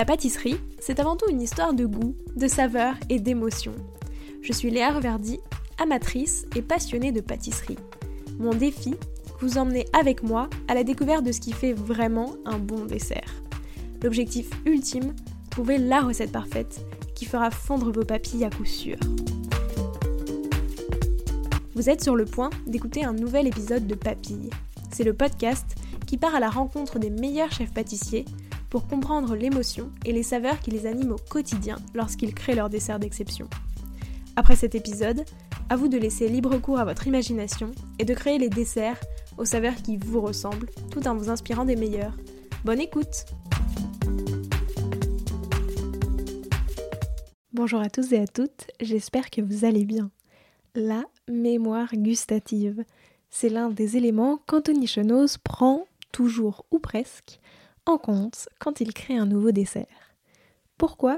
La pâtisserie, c'est avant tout une histoire de goût, de saveur et d'émotion. Je suis Léa Reverdy, amatrice et passionnée de pâtisserie. Mon défi, vous emmener avec moi à la découverte de ce qui fait vraiment un bon dessert. L'objectif ultime, trouver la recette parfaite qui fera fondre vos papilles à coup sûr. Vous êtes sur le point d'écouter un nouvel épisode de Papilles. C'est le podcast qui part à la rencontre des meilleurs chefs pâtissiers pour comprendre l'émotion et les saveurs qui les animent au quotidien lorsqu'ils créent leur dessert d'exception. Après cet épisode, à vous de laisser libre cours à votre imagination et de créer les desserts aux saveurs qui vous ressemblent, tout en vous inspirant des meilleurs. Bonne écoute! Bonjour à tous et à toutes, j'espère que vous allez bien. La mémoire gustative, c'est l'un des éléments qu'Anthony Chenoz prend, toujours ou presque, en compte quand il crée un nouveau dessert. Pourquoi ?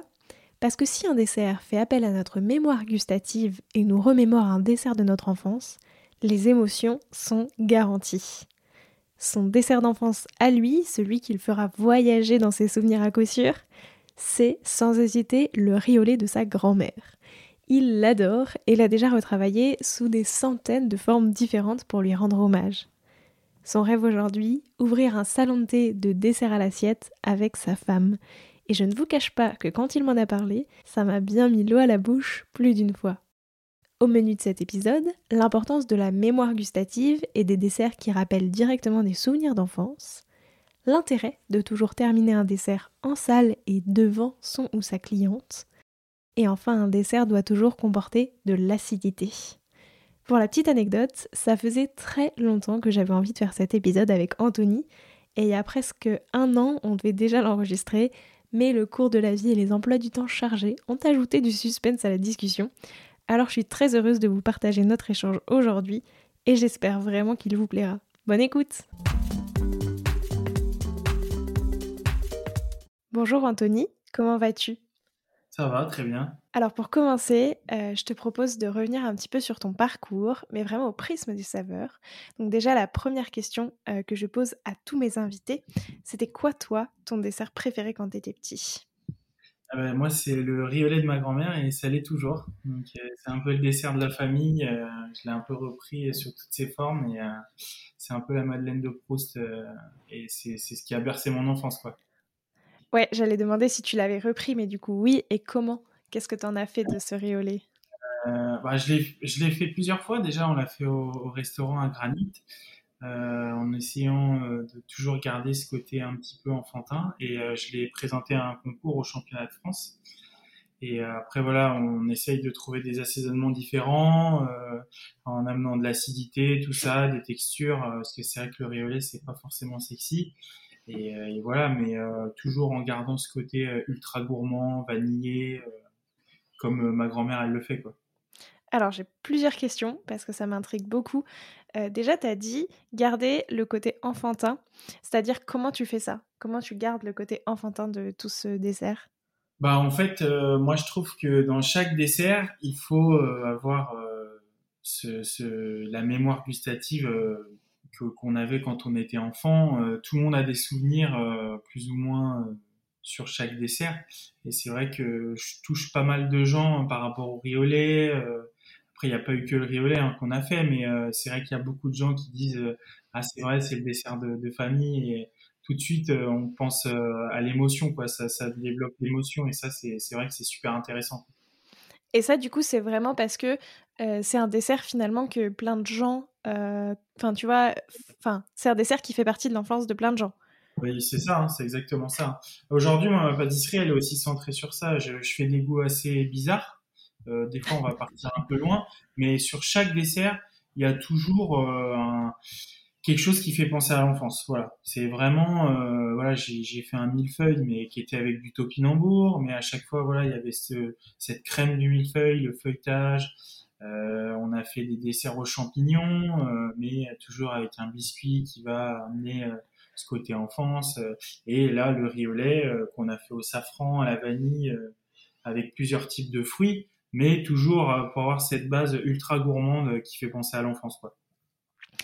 Parce que si un dessert fait appel à notre mémoire gustative et nous remémore un dessert de notre enfance, les émotions sont garanties. Son dessert d'enfance à lui, celui qu'il fera voyager dans ses souvenirs à coup sûr, c'est sans hésiter le riz au lait de sa grand-mère. Il l'adore et l'a déjà retravaillé sous des centaines de formes différentes pour lui rendre hommage. Son rêve aujourd'hui, ouvrir un salon de thé de dessert à l'assiette avec sa femme. Et je ne vous cache pas que quand il m'en a parlé, ça m'a bien mis l'eau à la bouche plus d'une fois. Au menu de cet épisode, l'importance de la mémoire gustative et des desserts qui rappellent directement des souvenirs d'enfance, l'intérêt de toujours terminer un dessert en salle et devant son ou sa cliente, et enfin un dessert doit toujours comporter de l'acidité. Pour la petite anecdote, ça faisait très longtemps que j'avais envie de faire cet épisode avec Anthony, et il y a presque 1 an, on devait déjà l'enregistrer, mais le cours de la vie et les emplois du temps chargés ont ajouté du suspense à la discussion. Alors je suis très heureuse de vous partager notre échange aujourd'hui, et j'espère vraiment qu'il vous plaira. Bonne écoute! Bonjour Anthony, comment vas-tu ? Ça va, très bien. Alors pour commencer, je te propose de revenir un petit peu sur ton parcours, mais vraiment au prisme des saveurs. Donc déjà, la première question que je pose à tous mes invités, c'était quoi toi, ton dessert préféré quand tu étais petit ? Moi, c'est le riz au lait de ma grand-mère et ça l'est toujours. Donc, c'est un peu le dessert de la famille. Je l'ai un peu repris sous toutes ses formes et c'est un peu la Madeleine de Proust et c'est ce qui a bercé mon enfance, quoi. Ouais, j'allais demander si tu l'avais repris, mais du coup oui, et comment ? Qu'est-ce que t'en as fait de ce riz au lait ? Je l'ai fait plusieurs fois. Déjà, on l'a fait au restaurant à Granit. En essayant de toujours garder ce côté un petit peu enfantin et je l'ai présenté à un concours au championnat de France et après voilà on essaye de trouver des assaisonnements différents en amenant de l'acidité, tout ça, des textures parce que c'est vrai que le riz au lait c'est pas forcément sexy et voilà mais toujours en gardant ce côté ultra gourmand, vanillé comme ma grand-mère elle le fait quoi. Alors j'ai plusieurs questions, parce que ça m'intrigue beaucoup. Déjà, tu as dit garder le côté enfantin, c'est-à-dire comment tu fais ça ? Comment tu gardes le côté enfantin de tout ce dessert ? Bah en fait, moi je trouve que dans chaque dessert, il faut avoir la mémoire gustative qu'on avait quand on était enfant. Tout le monde a des souvenirs plus ou moins sur chaque dessert, et c'est vrai que je touche pas mal de gens par rapport au riz au lait. Après, il n'y a pas eu que le riz au lait qu'on a fait, mais c'est vrai qu'il y a beaucoup de gens qui disent ah c'est vrai, c'est le dessert de famille. Et tout de suite on pense à l'émotion quoi, ça développe l'émotion et ça c'est vrai que c'est super intéressant. Et ça, du coup, c'est vraiment parce que c'est un dessert finalement que plein de gens... Enfin, tu vois, c'est un dessert qui fait partie de l'enfance de plein de gens. Oui, c'est ça, hein, c'est exactement ça. Aujourd'hui, moi, ma pâtisserie, elle est aussi centrée sur ça. Je fais des goûts assez bizarres. Des fois, on va partir un peu loin, mais sur chaque dessert, il y a toujours quelque chose qui fait penser à l'enfance. Voilà, c'est vraiment, voilà, j'ai fait un millefeuille, mais qui était avec du topinambour, mais à chaque fois, voilà, il y avait cette crème du millefeuille, le feuilletage. On a fait des desserts aux champignons, mais toujours avec un biscuit qui va amener ce côté enfance. Et là, le riz au lait qu'on a fait au safran, à la vanille, avec plusieurs types de fruits, mais toujours pour avoir cette base ultra gourmande qui fait penser à l'enfance, quoi.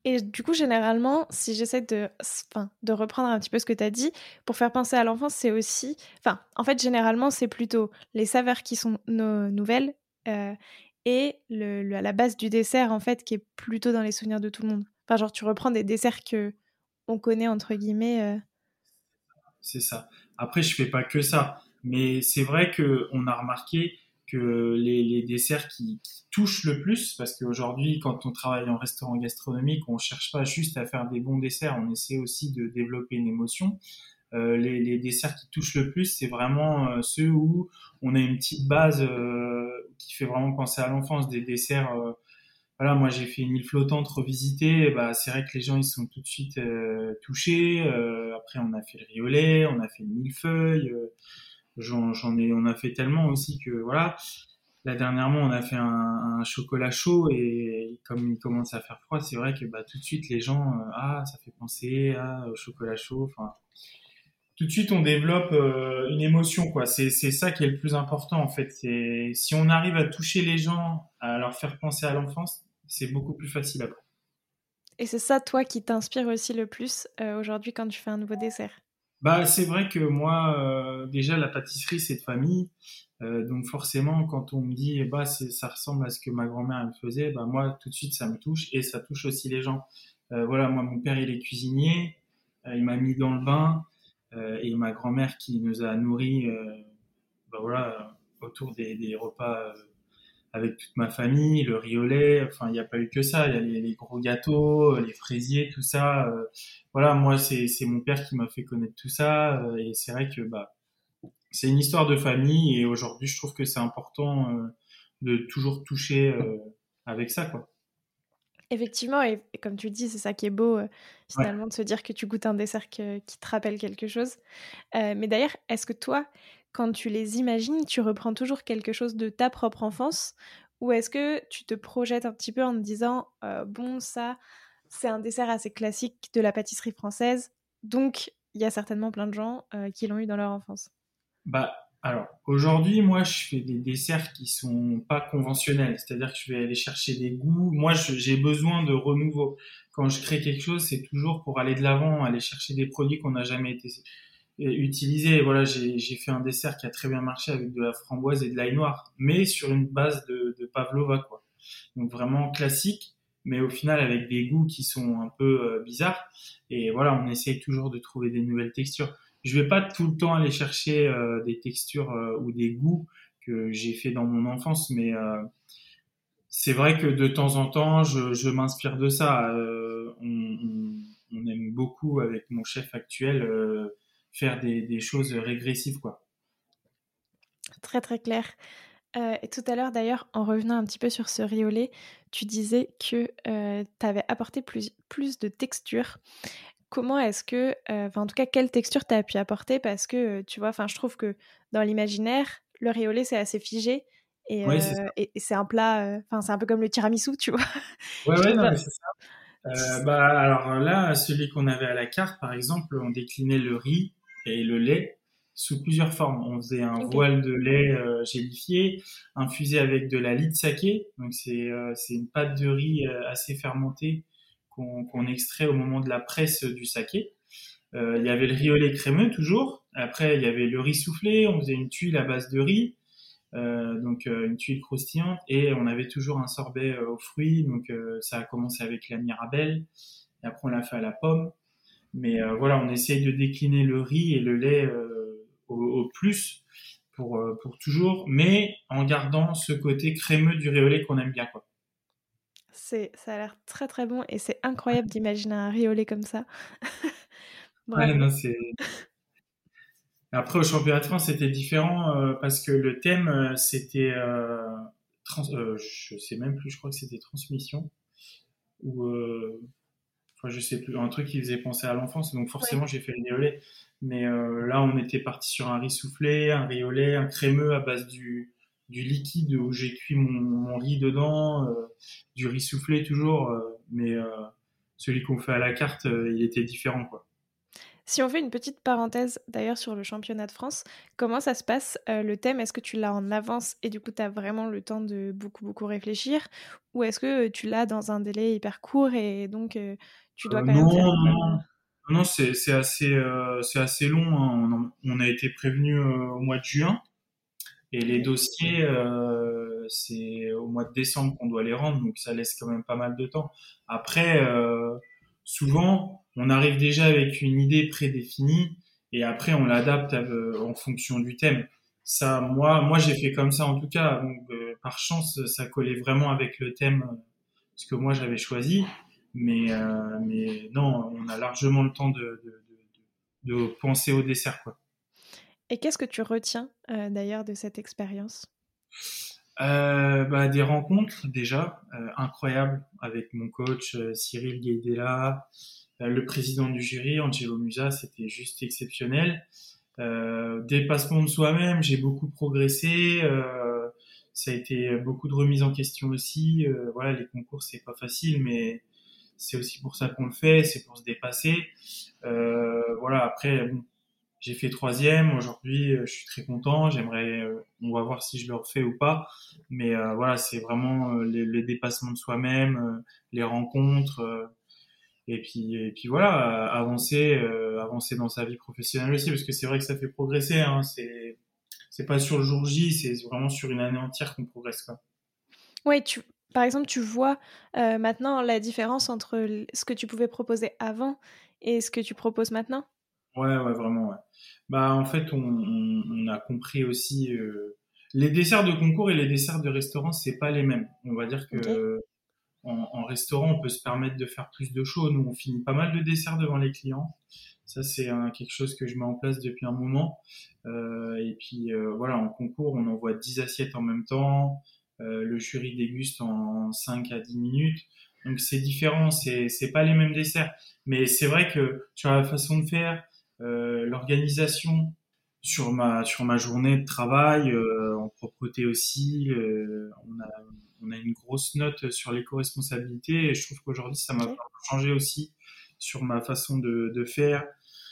Et du coup, généralement, si j'essaie de reprendre un petit peu ce que tu as dit, pour faire penser à l'enfance, c'est aussi en fait, généralement, c'est plutôt les saveurs qui sont nouvelles, heu et la base du dessert, en fait, qui est plutôt dans les souvenirs de tout le monde. Enfin, genre, tu reprends des desserts que on «connaît» entre guillemets. C'est ça. Après, je fais pas que ça, mais c'est vrai que on a remarqué que les desserts qui touchent le plus, parce qu'aujourd'hui, quand on travaille en restaurant gastronomique, on cherche pas juste à faire des bons desserts, on essaie aussi de développer une émotion. Les desserts qui touchent le plus, c'est vraiment ceux où on a une petite base qui fait vraiment penser à l'enfance, des desserts. Voilà, moi j'ai fait une île flottante revisitée, bah c'est vrai que les gens ils sont tout de suite touchés. Après on a fait le riz au lait, on a fait le millefeuille, on a fait tellement aussi que voilà. Là dernièrement on a fait un chocolat chaud et comme il commence à faire froid, c'est vrai que bah tout de suite les gens ah ça fait penser au chocolat chaud. Enfin tout de suite on développe une émotion quoi. C'est ça qui est le plus important en fait. C'est si on arrive à toucher les gens, à leur faire penser à l'enfance, c'est beaucoup plus facile après. Et c'est ça, toi, qui t'inspire aussi le plus, aujourd'hui quand tu fais un nouveau dessert? Bah c'est vrai que moi déjà la pâtisserie c'est de famille. Donc forcément quand on me dit bah ça ressemble à ce que ma grand-mère elle faisait, bah moi tout de suite ça me touche et ça touche aussi les gens. Voilà, moi mon père il est cuisinier, il m'a mis dans le bain et ma grand-mère qui nous a nourris bah voilà, autour des repas avec toute ma famille, le riz au lait, enfin il n'y a pas eu que ça, il y a les gros gâteaux, les fraisiers, tout ça. Voilà, moi c'est mon père qui m'a fait connaître tout ça et c'est vrai que bah c'est une histoire de famille et aujourd'hui je trouve que c'est important de toujours toucher avec ça quoi. Effectivement et comme tu le dis, c'est ça qui est beau, Ouais. finalement de se dire que tu goûtes un dessert qui te rappelle quelque chose. Mais d'ailleurs, est-ce que toi, quand tu les imagines, tu reprends toujours quelque chose de ta propre enfance? Ou est-ce que tu te projettes un petit peu en te disant: «Bon ça, c'est un dessert assez classique de la pâtisserie française, donc il y a certainement plein de gens, qui l'ont eu dans leur enfance»? Bah, alors, aujourd'hui, moi, je fais des desserts qui sont pas conventionnels. C'est-à-dire que je vais aller chercher des goûts. Moi, j'ai besoin de renouveau. Quand je crée quelque chose, c'est toujours pour aller de l'avant, aller chercher des produits qu'on n'a jamais été utilisés. Et voilà, j'ai fait un dessert qui a très bien marché avec de la framboise et de l'ail noir, mais sur une base de pavlova, quoi. Donc vraiment classique, mais au final avec des goûts qui sont un peu bizarres. Et voilà, on essaye toujours de trouver des nouvelles textures. Je vais pas tout le temps aller chercher des textures ou des goûts que j'ai fait dans mon enfance, mais c'est vrai que de temps en temps, je m'inspire de ça. On aime beaucoup avec mon chef actuel faire des choses régressives, quoi. Très, très clair. Et tout à l'heure d'ailleurs, en revenant un petit peu sur ce riz au lait, tu disais que, tu avais apporté plus de texture. Comment est-ce que, en tout cas, quelle texture tu as pu apporter? Parce que, tu vois, je trouve que dans l'imaginaire, le riz au lait, c'est assez figé et Oui, c'est ça. c'est un plat, c'est un peu comme le tiramisu, tu vois? Ouais, Je ouais, sais non, pas mais c'est ça. si Bah, alors là, celui qu'on avait à la carte, par exemple, on déclinait le riz et le lait sous plusieurs formes. On faisait un OK. voile de lait gélifié, infusé avec de la lit de saké. Donc c'est une pâte de riz assez fermentée qu'on extrait au moment de la presse du saké. Il y avait le riz au lait crémeux toujours. Après, il y avait le riz soufflé. On faisait une tuile à base de riz. Donc une tuile croustillante et on avait toujours un sorbet aux fruits donc ça a commencé avec la mirabelle et après on l'a fait à la pomme mais voilà on essaye de décliner le riz et le lait au plus pour toujours mais en gardant ce côté crémeux du riz au lait qu'on aime bien quoi. Ça a l'air très, très bon et c'est incroyable d'imaginer un riz au lait comme ça. Ouais Bravo. non c'est après au championnat de France c'était différent parce que le thème c'était je sais même plus je crois que c'était transmission ou enfin, je sais plus, un truc qui faisait penser à l'enfance, donc Ouais. forcément j'ai fait le riz au lait. Mais là, on était parti sur un riz soufflé, un riz au lait, un crémeux à base du liquide où j'ai cuit mon riz dedans, du riz soufflé toujours, mais celui qu'on fait à la carte, il était différent, quoi. Si on fait une petite parenthèse d'ailleurs sur le championnat de France, comment ça se passe, le thème? Est-ce que tu l'as en avance et du coup tu as vraiment le temps de beaucoup, beaucoup réfléchir? Ou est-ce que, tu l'as dans un délai hyper court et donc tu dois quand même faire Non, preuve, non, non, c'est assez long, hein. On a été prévenu au mois de juin et les OK. dossiers, c'est au mois de décembre qu'on doit les rendre, donc ça laisse quand même pas mal de temps. Après, souvent, on arrive déjà avec une idée prédéfinie et après on l'adapte en fonction du thème. Ça, moi, j'ai fait comme ça en tout cas. Donc, par chance, ça collait vraiment avec le thème ce que moi j'avais choisi. Mais non, on a largement le temps de penser au dessert, quoi. Et qu'est-ce que tu retiens, d'ailleurs de cette expérience? Bah, des rencontres déjà incroyables avec mon coach Cyril Guedella, le président du jury Angelo Musa, c'était juste exceptionnel. Dépassement de soi-même, j'ai beaucoup progressé. Ça a été beaucoup de remises en question aussi. Voilà, les concours c'est pas facile, mais c'est aussi pour ça qu'on le fait, c'est pour se dépasser. Voilà, après bon, j'ai fait troisième. Aujourd'hui, je suis très content. J'aimerais, on va voir si je le refais ou pas. Mais voilà, c'est vraiment les dépassements de soi-même, les rencontres, et puis voilà, avancer dans sa vie professionnelle aussi, parce que c'est vrai que ça fait progresser. Hein, c'est pas sur le jour J, c'est vraiment sur une année entière qu'on progresse, quoi. Ouais, par exemple, tu vois, maintenant la différence entre ce que tu pouvais proposer avant et ce que tu proposes maintenant? Ouais, ouais, vraiment, ouais. Bah, en fait, on a compris aussi les desserts de concours et les desserts de restaurant, c'est pas les mêmes. On va dire OK. que en restaurant, on peut se permettre de faire plus de choses. Nous, on finit pas mal de desserts devant les clients. Ça, c'est quelque chose que je mets en place depuis un moment. Et puis voilà, en concours, on envoie 10 assiettes en même temps. Le jury déguste en 5 à 10 minutes. Donc c'est différent, c'est pas les mêmes desserts. Mais c'est vrai que sur la façon de faire, l'organisation sur ma journée de travail, en propreté aussi, on a une grosse note sur l'éco-responsabilité et je trouve qu'aujourd'hui ça m'a OK. changé aussi sur ma façon de faire,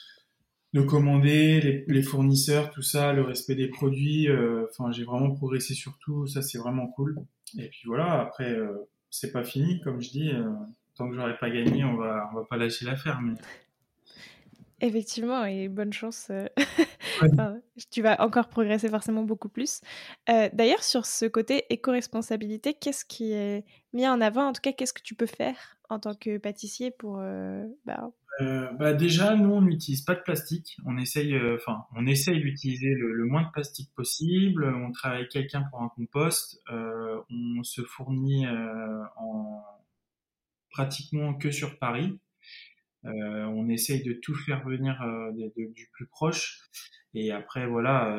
de commander, les fournisseurs, tout ça, le respect des produits. Enfin, j'ai vraiment progressé sur tout. Ça, c'est vraiment cool. Et puis voilà. Après, c'est pas fini, comme je dis. Tant que j'aurai pas gagné, on va pas lâcher l'affaire. Mais Effectivement et bonne chance, ouais. enfin, tu vas encore progresser forcément beaucoup plus. D'ailleurs sur ce côté éco-responsabilité, qu'est-ce qui est mis en avant? En tout cas, qu'est-ce que tu peux faire en tant que pâtissier pour, bah Bah déjà, nous, on n'utilise pas de plastique. On essaye d'utiliser le moins de plastique possible. On travaille avec quelqu'un pour un compost. On se fournit en pratiquement que sur Paris. On essaye de tout faire venir du plus proche. Et après, voilà,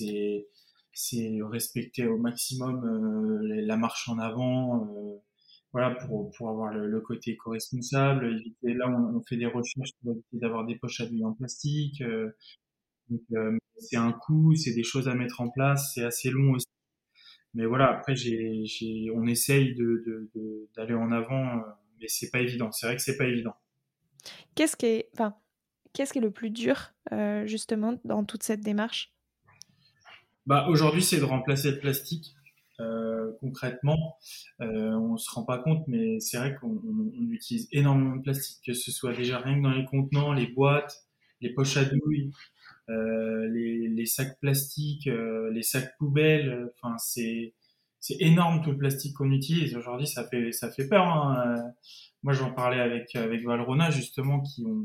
c'est respecter au maximum la marche en avant. Voilà, pour avoir le côté éco-responsable. Éviter, là, on fait des recherches pour éviter d'avoir des poches à billes en plastique. Donc, c'est un coût, c'est des choses à mettre en place. C'est assez long aussi. Mais voilà, après, on essaye d'aller en avant, mais c'est pas évident. C'est vrai que c'est pas évident. qu'est-ce qui est le plus dur, justement dans toute cette démarche? Bah, aujourd'hui, c'est de remplacer le plastique. Concrètement, on se rend pas compte, mais c'est vrai qu'on utilise énormément de plastique, que ce soit déjà rien que dans les contenants, les boîtes, les poches à douille, les sacs plastiques, les sacs poubelles. Enfin, c'est énorme tout le plastique qu'on utilise. Aujourd'hui, ça fait peur. Hein. Moi, j'en parlais avec Valrhona justement,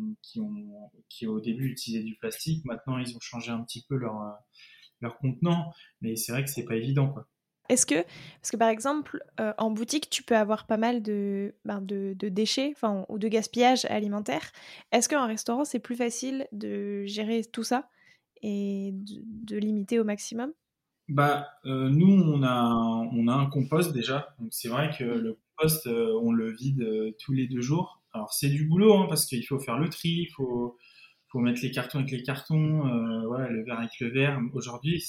qui au début utilisaient du plastique. Maintenant, ils ont changé un petit peu leur contenant, mais c'est vrai que c'est pas évident, quoi. Est-ce que parce que par exemple, en boutique, tu peux avoir pas mal de déchets, enfin ou de gaspillage alimentaire. Est-ce qu'en restaurant, c'est plus facile de gérer tout ça et de limiter au maximum? Bah, nous, on a un compost déjà, donc c'est vrai que Mmh. le compost, on le vide tous les 2 jours. Alors c'est du boulot, hein, parce qu'il faut faire le tri, il faut mettre les cartons avec les cartons, voilà, le verre avec le verre. Aujourd'hui,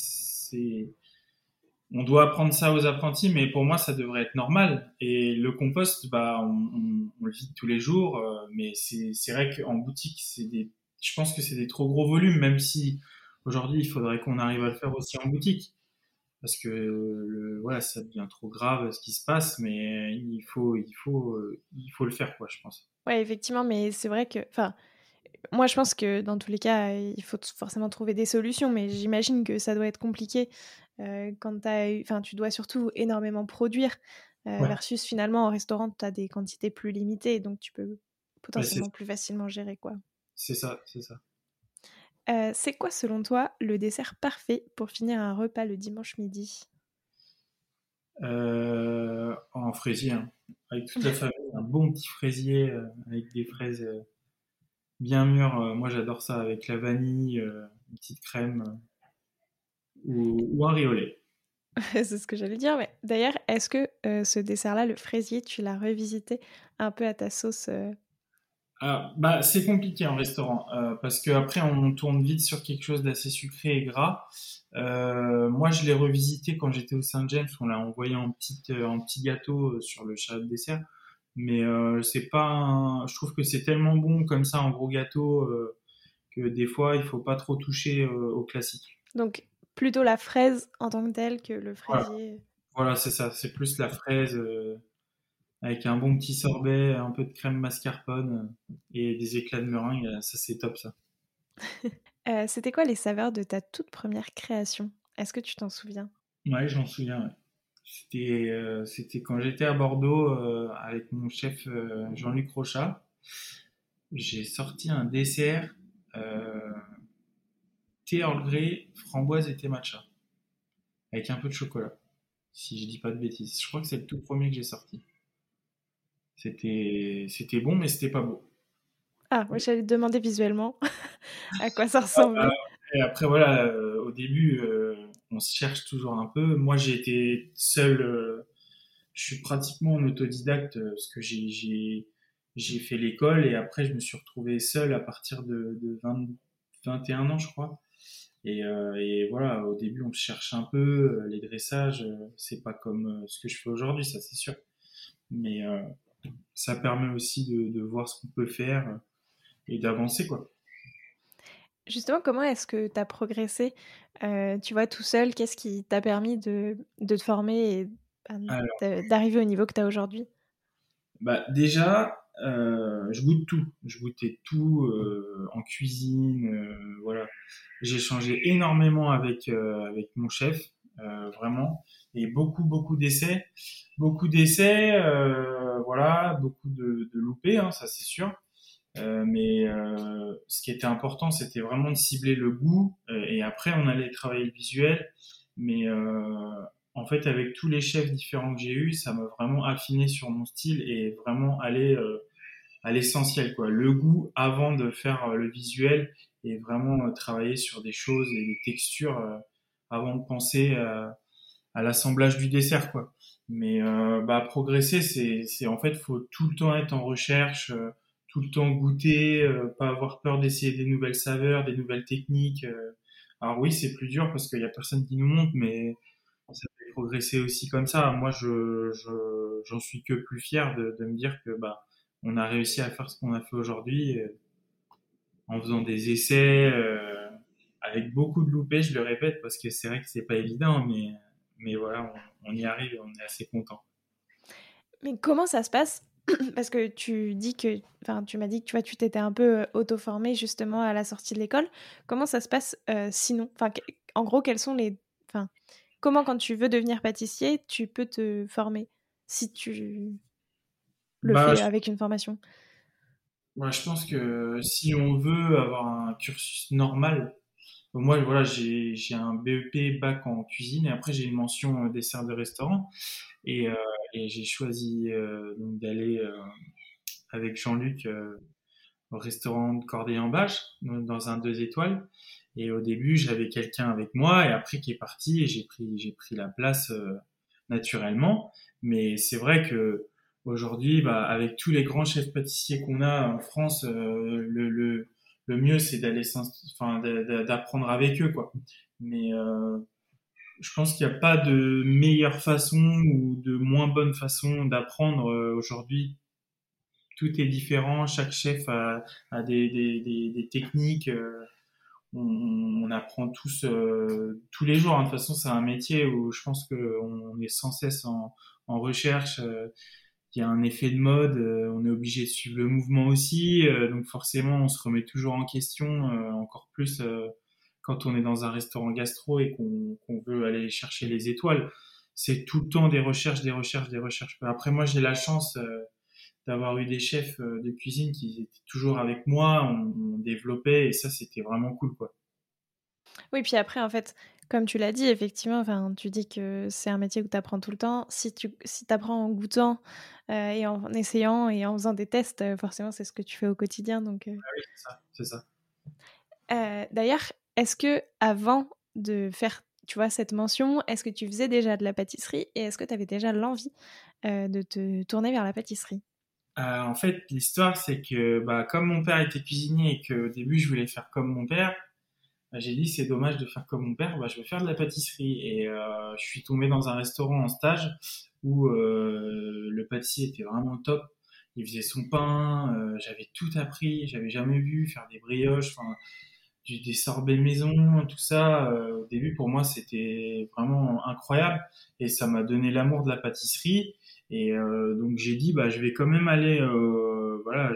on doit apprendre ça aux apprentis, mais pour moi, ça devrait être normal. Et le compost, bah, on le vide tous les jours, mais c'est vrai qu'en boutique, je pense que c'est des trop gros volumes, même si aujourd'hui il faudrait qu'on arrive à le faire aussi en boutique. Parce que voilà, ça devient trop grave ce qui se passe, mais il faut le faire, quoi, je pense. Ouais, effectivement, mais c'est vrai que enfin, moi, je pense que dans tous les cas, il faut forcément trouver des solutions, mais j'imagine que ça doit être compliqué, quand tu dois surtout énormément produire, Ouais, versus finalement au restaurant, tu as des quantités plus limitées, donc tu peux ouais, potentiellement plus facilement gérer, quoi. c'est ça, c'est ça. C'est quoi selon toi le dessert parfait pour finir un repas le dimanche midi? En fraisier, hein. Avec toute la famille, un bon petit fraisier avec des fraises bien mûres. Moi, j'adore ça avec la vanille, une petite crème ou un riz au lait. C'est ce que j'allais dire, mais d'ailleurs, est-ce que, ce dessert-là, le fraisier, tu l'as revisité un peu à ta sauce? Ah, bah, c'est compliqué en restaurant parce que après on tourne vite sur quelque chose d'assez sucré et gras. Moi, je l'ai revisité quand j'étais au Saint James. On l'a envoyé en petit gâteau sur le chariot de dessert. Mais c'est pas je trouve que c'est tellement bon comme ça en gros gâteau que des fois il faut pas trop toucher au classique. Donc plutôt la fraise en tant que telle que le Voilà, fraisier. voilà, c'est ça. C'est plus la fraise avec un bon petit sorbet, un peu de crème mascarpone et des éclats de meringue. Ça, c'est top ça. C'était quoi les saveurs de ta toute première création? Est-ce que tu t'en souviens? Ouais, j'en souviens. Ouais. C'était quand j'étais à Bordeaux avec mon chef Jean-Luc Rochat. J'ai sorti un dessert euh, thé Earl Grey, framboise et thé matcha avec un peu de chocolat. Si je dis pas de bêtises, je crois que c'est le tout premier que j'ai sorti. C'était bon, mais c'était pas beau. Ah, moi j'allais te demander visuellement à quoi ça Ah, bah, ressemblait. et après voilà, au début, on se cherche toujours un peu. Moi, j'ai été seul. Je suis pratiquement en autodidacte parce que j'ai fait l'école et après je me suis retrouvé seul à partir de 20, 21 ans, je crois. Et voilà, au début, on se cherche un peu. Les dressages, c'est pas comme ce que je fais aujourd'hui, ça c'est sûr. Mais ça permet aussi de voir ce qu'on peut faire et d'avancer, quoi. Justement, comment est-ce que tu as progressé, tu vois, tout seul? Qu'est-ce qui t'a permis de te former et d'arriver au niveau que tu as aujourd'hui? Bah, déjà, je goûte tout. Je goûtais tout en cuisine, voilà. J'ai changé énormément avec mon chef, vraiment, et beaucoup d'essais, voilà, beaucoup de loupés, hein, ça c'est sûr. Mais ce qui était important, c'était vraiment de cibler le goût, et après on allait travailler le visuel. Mais en fait, avec tous les chefs différents que j'ai eus, ça m'a vraiment affiné sur mon style et vraiment aller à l'essentiel, quoi. Le goût avant de faire le visuel et vraiment travailler sur des choses et des textures avant de penser à l'assemblage du dessert, quoi. Mais bah, progresser, c'est en fait, faut tout le temps être en recherche, tout le temps goûter, pas avoir peur d'essayer des nouvelles saveurs, des nouvelles techniques. Alors oui, c'est plus dur parce qu'il y a personne qui nous montre, mais ça fait progresser aussi comme ça. Moi, j'en suis que plus fier de me dire que bah, on a réussi à faire ce qu'on a fait aujourd'hui en faisant des essais avec beaucoup de loupés, je le répète, parce que c'est vrai que c'est pas évident, mais voilà, on y arrive et on est assez content. Mais comment ça se passe? Parce que tu m'as dit que tu vois, tu t'étais un peu, auto-formée justement à la sortie de l'école. Comment ça se passe, sinon? Enfin, en gros, quels sont les enfin, comment quand tu veux devenir pâtissier, tu peux te former? Si tu le Bah, fais avec une formation? moi, je pense que si on veut avoir un cursus normal, moi, voilà, j'ai un BEP bac en cuisine et après j'ai une mention dessert de restaurant et, euh, et j'ai choisi donc d'aller avec Jean-Luc au restaurant de Corday-en-Bâche, dans un 2 étoiles. Et au début, j'avais quelqu'un avec moi, et après qui est parti, et j'ai pris la place naturellement. Mais c'est vrai que aujourd'hui, bah, avec tous les grands chefs pâtissiers qu'on a en France, le mieux, c'est enfin, d'apprendre avec eux, quoi. Mais je pense qu'il n'y a pas de meilleure façon ou de moins bonne façon d'apprendre aujourd'hui tout est différent. Chaque chef a des techniques. On apprend tous les jours, hein. De toute façon, c'est un métier où je pense qu'on est sans cesse en recherche. Il y a un effet de mode, on est obligé de suivre le mouvement aussi, donc forcément, on se remet toujours en question, encore plus quand on est dans un restaurant gastro et qu'on veut aller chercher les étoiles. C'est tout le temps des recherches, des recherches, des recherches. Après, moi, j'ai la chance d'avoir eu des chefs de cuisine qui étaient toujours avec moi, on développait et ça, c'était vraiment cool, quoi. Oui, puis après, en fait, comme tu l'as dit, effectivement, enfin, tu dis que c'est un métier où tu apprends tout le temps. Si tu apprends en goûtant et en essayant et en faisant des tests, forcément, c'est ce que tu fais au quotidien. Donc, Oui, c'est ça, c'est ça. D'ailleurs, est-ce que avant de faire, tu vois, cette mention, est-ce que tu faisais déjà de la pâtisserie et est-ce que tu avais déjà l'envie de te tourner vers la pâtisserie? En fait, l'histoire, c'est que bah, comme mon père était cuisinier et qu'au début, je voulais faire comme mon père, bah, j'ai dit c'est dommage de faire comme mon père, bah, je vais faire de la pâtisserie. Et je suis tombé dans un restaurant en stage où le pâtissier était vraiment top. Il faisait son pain, j'avais tout appris, j'avais jamais vu faire des brioches, enfin des sorbets maison, tout ça. Au début, pour moi, c'était vraiment incroyable et ça m'a donné l'amour de la pâtisserie. Et donc j'ai dit bah je vais quand même aller voilà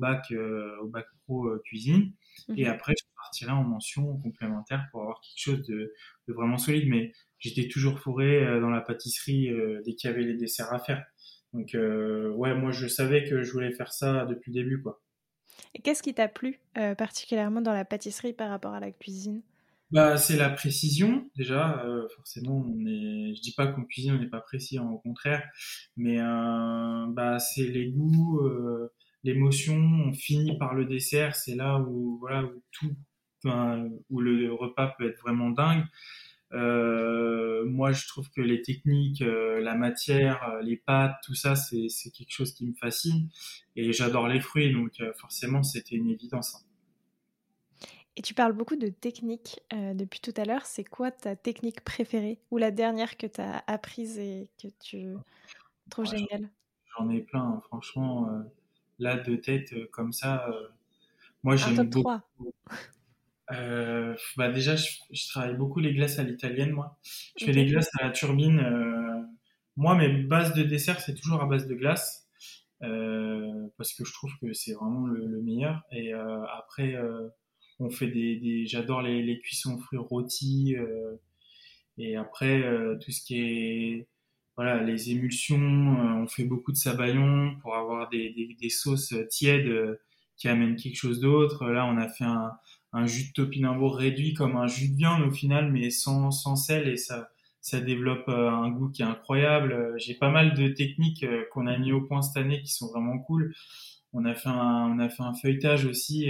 au bac pro cuisine. Et Mhm. après, je partirai en mention complémentaire pour avoir quelque chose de vraiment solide. Mais j'étais toujours fourré dans la pâtisserie dès qu'il y avait les desserts à faire. Donc ouais, moi je savais que je voulais faire ça depuis le début, quoi. Et qu'est-ce qui t'a plu particulièrement dans la pâtisserie par rapport à la cuisine? Bah, c'est la précision déjà. Forcément, je dis pas qu'en cuisine on n'est pas précis, hein, au contraire. Mais bah, c'est les goûts, l'émotion. On finit par le dessert. C'est là où voilà où tout, enfin, où le repas peut être vraiment dingue. Moi, je trouve que les techniques, la matière, les pâtes, tout ça, c'est quelque chose qui me fascine. Et j'adore les fruits, donc forcément, c'était une évidence, hein. Et tu parles beaucoup de technique depuis tout à l'heure. C'est quoi ta technique préférée ou la dernière que tu as apprise et que tu trouves Ouais, géniale? j'en ai plein, hein, franchement. Là, de tête, comme ça, moi, Un j'aime top beaucoup. 3. Bah déjà, je travaille beaucoup les glaces à l'italienne, moi. Je fais Ok. des glaces à la turbine. Moi, mes bases de dessert, c'est toujours à base de glace, parce que je trouve que c'est vraiment le meilleur. Et après, on fait j'adore les cuissons aux fruits rôtis. Et après, tout ce qui est voilà, les émulsions, on fait beaucoup de sabayon pour avoir des sauces tièdes qui amènent quelque chose d'autre. Là, on a fait un jus de topinambour réduit comme un jus de viande au final, mais sans sel et ça développe un goût qui est incroyable. J'ai pas mal de techniques qu'on a mis au point cette année qui sont vraiment cool. On a fait un feuilletage aussi.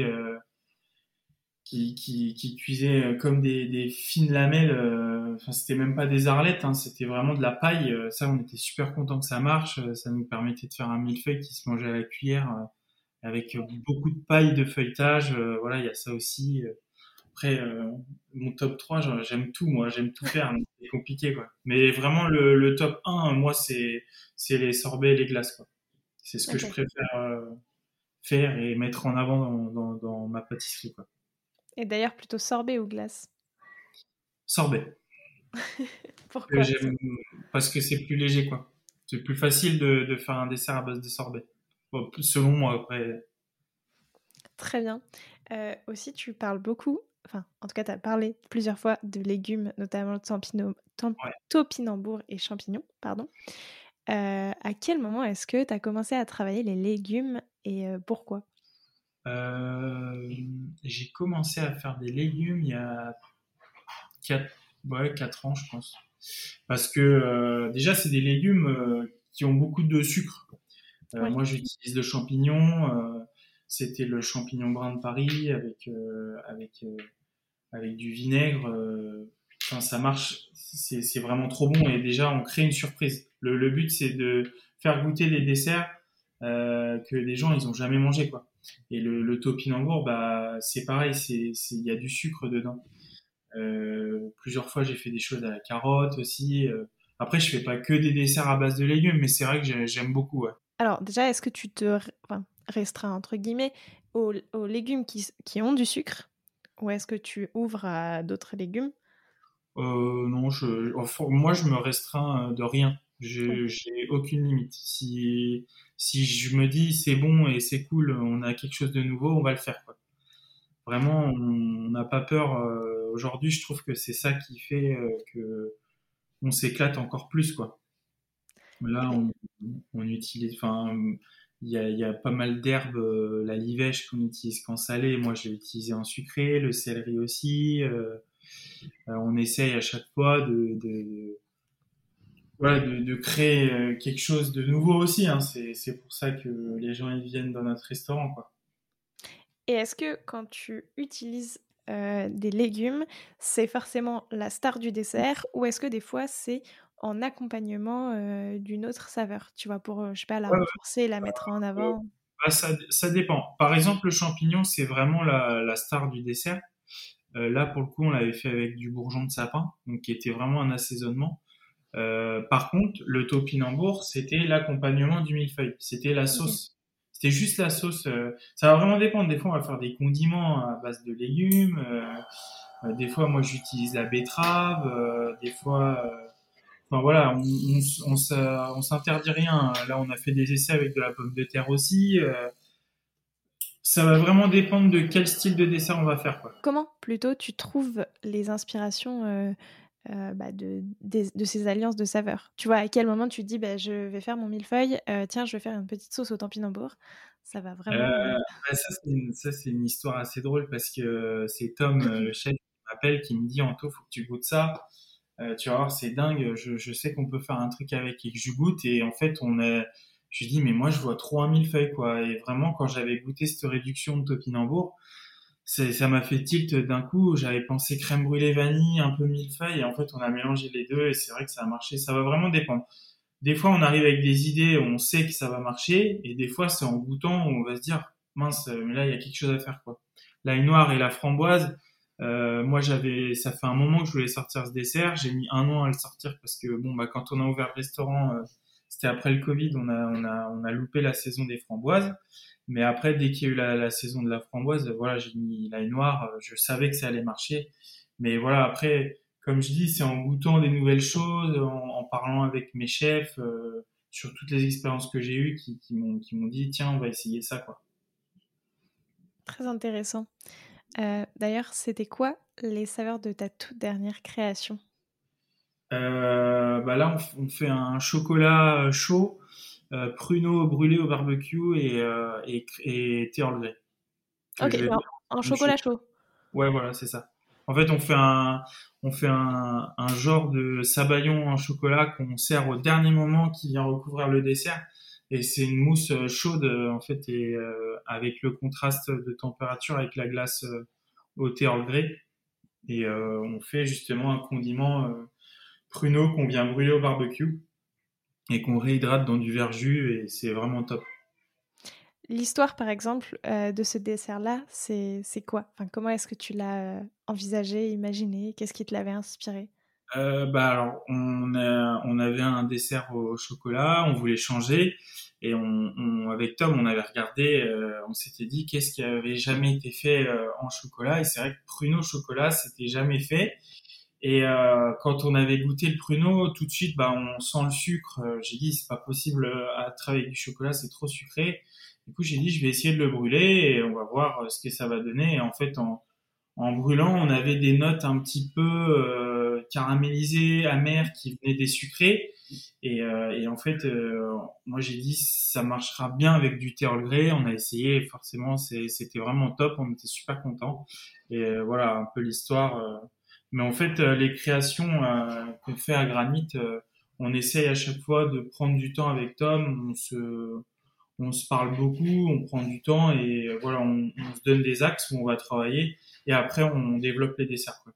Qui cuisait comme des fines lamelles. Enfin, c'était même pas des arlettes, hein, c'était vraiment de la paille. Ça, on était super content que ça marche. Ça nous permettait de faire un millefeuille qui se mangeait à la cuillère avec beaucoup de paille de feuilletage. Voilà, il y a ça aussi. Après, mon top 3, j'aime tout, moi, j'aime tout faire, donc c'est compliqué, quoi. Mais vraiment, le top 1, moi, c'est les sorbets et les glaces, quoi. C'est ce que je Ok. préfère faire et mettre en avant dans ma pâtisserie, quoi. Et d'ailleurs, plutôt sorbet ou glace? Sorbet. Que Pourquoi? j'aime parce que c'est plus léger, quoi. C'est plus facile de faire un dessert à base de sorbet. Bon, selon moi, après. Très bien. Aussi, tu parles beaucoup, enfin, en tout cas, tu as parlé plusieurs fois de légumes, notamment Ouais. topinambour et champignons, pardon. À quel moment est-ce que tu as commencé à travailler les légumes et pourquoi? Euh, j'ai commencé à faire des légumes il y a 4 ouais, 4 ans, je pense. Parce que déjà, c'est des légumes qui ont beaucoup de sucre. Ouais. Moi, j'utilise le champignon. C'était le champignon brun de Paris avec du vinaigre. Enfin, ça marche, c'est vraiment trop bon et déjà on crée une surprise. Le but c'est de faire goûter des desserts que des gens ils ont jamais mangé, quoi. Et le topinambour, bah c'est pareil, il y a du sucre dedans. Plusieurs fois j'ai fait des choses à la carotte aussi. Après je fais pas que des desserts à base de légumes, mais c'est vrai que j'aime beaucoup. Ouais. Alors déjà, est-ce que enfin, restreint entre guillemets aux légumes qui ont du sucre, ou est-ce que tu ouvres à d'autres légumes? Non, enfin, moi, je me restreins de rien. OK. J'ai aucune limite. Si je me dis c'est bon et c'est cool, on a quelque chose de nouveau, on va le faire, quoi. Vraiment, on n'a pas peur. Aujourd'hui, je trouve que c'est ça qui fait que on s'éclate encore plus, quoi. Là, Et on utilise, enfin, il y a pas mal d'herbes, la livèche qu'on utilise qu'en salé. Moi, je l'ai utilisé en sucré, le céleri aussi. On essaye à chaque fois voilà, de créer quelque chose de nouveau aussi, hein. C'est pour ça que les gens ils viennent dans notre restaurant, quoi. est-ce que quand tu utilises, des légumes, c'est forcément la star du dessert ou est-ce que des fois c'est en accompagnement, d'une autre saveur? Tu vois? Pour, je sais pas, la Ouais, ouais, renforcer, la mettre en euh, avant? bah, ça dépend. Par exemple, le champignon, c'est vraiment la star du dessert. Là, pour le coup, on l'avait fait avec du bourgeon de sapin, donc qui était vraiment un assaisonnement. Par contre, le topinambour, c'était l'accompagnement du millefeuille. C'était la OK. sauce. C'était juste la sauce. Ça va vraiment dépendre. Des fois, on va faire des condiments à base de légumes. Des fois, moi, j'utilise la betterave. Des fois, enfin voilà, on s'interdit rien. Là, on a fait des essais avec de la pomme de terre aussi. Ça va vraiment dépendre de quel style de dessert on va faire, quoi. Comment plutôt tu trouves les inspirations, bah, de ces alliances de saveurs? Tu vois, à quel moment tu te dis: «Bah, je vais faire mon millefeuille, tiens, je vais faire une petite sauce au topinambour». Ça va vraiment, Bah, ça, c'est une histoire assez drôle parce que c'est Tom, le chef, qui m'appelle, qui me dit, Anto, faut que tu goûtes ça. Tu vas voir, c'est dingue. Je sais qu'on peut faire un truc avec et que je goûte. Et en fait, je lui dis, mais moi, je vois trop un millefeuille, quoi. Et vraiment, quand j'avais goûté cette réduction de topinambour, ça m'a fait tilt d'un coup. J'avais pensé crème brûlée vanille, un peu millefeuille. Et en fait, on a mélangé les deux et c'est vrai que ça a marché. Ça va vraiment dépendre. Des fois, on arrive avec des idées, on sait que ça va marcher. Et des fois, c'est en goûtant où on va se dire, mince, mais là, il y a quelque chose à faire, quoi. L'ail noir et la framboise, moi, ça fait un moment que je voulais sortir ce dessert. J'ai mis un an à le sortir parce que bon, bah, quand on a ouvert le restaurant, c'était après le Covid, on a loupé la saison des framboises. Mais après, dès qu'il y a eu la saison de la framboise, voilà, j'ai mis l'ail noir. Je savais que ça allait marcher. Mais voilà, après, comme je dis, c'est en goûtant des nouvelles choses, en parlant avec mes chefs, sur toutes les expériences que j'ai eues, qui m'ont dit, tiens, on va essayer ça, quoi. très intéressant. D'ailleurs, c'était quoi les saveurs de ta toute dernière création? Bah là, on fait un chocolat chaud, pruneau brûlé au barbecue et thé Earl Grey que je OK, vais mais mettre en dans le chocolat. chocolat chaud? Ouais, voilà, c'est ça. En fait, on fait un genre de sabayon en chocolat qu'on sert au dernier moment qui vient recouvrir le dessert. Et c'est une mousse chaude, en fait, et avec le contraste de température avec la glace au thé Earl Grey. Et on fait justement un condiment pruneau qu'on vient brûler au barbecue et qu'on réhydrate dans du verjus et c'est vraiment top. L'histoire, par exemple, de ce dessert-là, c'est quoi? Enfin, comment est-ce que tu l'as, envisagé, imaginé? Qu'est-ce qui te l'avait inspiré? Bah alors on avait un dessert au chocolat, on voulait changer et avec Tom on avait regardé, on s'était dit qu'est-ce qui avait jamais été fait en chocolat et c'est vrai que pruneau au chocolat c'était jamais fait et quand on avait goûté le pruneau tout de suite bah on sent le sucre. J'ai dit c'est pas possible à travailler avec du chocolat c'est trop sucré. Du coup j'ai dit je vais essayer de le brûler et on va voir ce que ça va donner et en fait en brûlant, on avait des notes un petit peu caramélisées, amères, qui venaient des sucrés. Et en fait, moi j'ai dit ça marchera bien avec du thé Earl Grey. On a essayé, et forcément c'était vraiment top. On était super contents. Et voilà un peu l'histoire. Mais en fait, les créations qu'on fait à Granit, on essaye à chaque fois de prendre du temps avec Tom. On se parle beaucoup, on prend du temps et voilà, on se donne des axes où on va travailler et après on développe les desserts, quoi.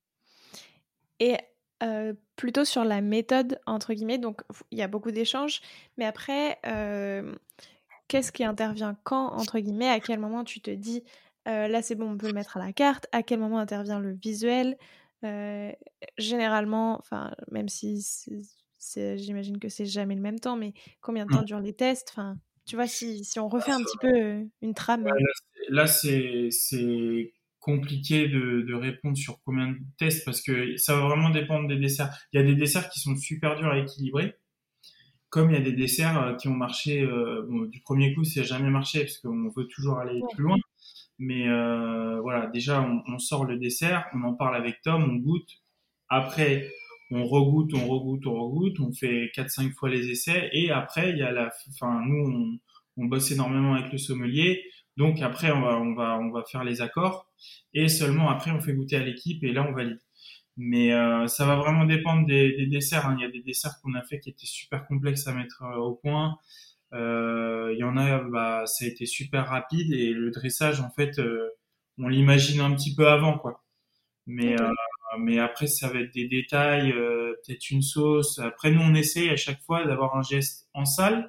Et plutôt sur la «méthode» entre guillemets, donc il y a beaucoup d'échanges, mais après, qu'est-ce qui intervient quand entre guillemets? À quel moment tu te dis: «Là c'est bon, on peut le mettre à la carte»? À quel moment intervient le visuel? Heu, Généralement, enfin, même si j'imagine que c'est jamais le même temps, mais combien de temps Non. durent les tests? Enfin Tu vois, si on refait un Ça, petit peu une ouais, trame. là, c'est compliqué de répondre sur combien de tests parce que ça va vraiment dépendre des desserts. Il y a des desserts qui sont super durs à équilibrer, comme il y a des desserts qui ont marché. Bon, du premier coup, ça n'a jamais marché parce qu'on veut toujours aller Ouais. plus loin. Mais voilà, déjà, on sort le dessert, on en parle avec Tom, on goûte. Après, on regoute, on regoute, on regoute. On fait 4-5 fois les essais. Et après, il y a enfin, nous, on bosse énormément avec le sommelier. Donc après, on va faire les accords. Et seulement après, on fait goûter à l'équipe et là, on valide. Mais ça va vraiment dépendre des desserts, hein. Il y a des desserts qu'on a fait qui étaient super complexes à mettre au point. Il y en a, bah, ça a été super rapide et le dressage, en fait, on l'imagine un petit peu avant, quoi. Mais, Ok. mais après, ça va être des détails, peut-être une sauce. Après, nous, on essaye à chaque fois d'avoir un geste en salle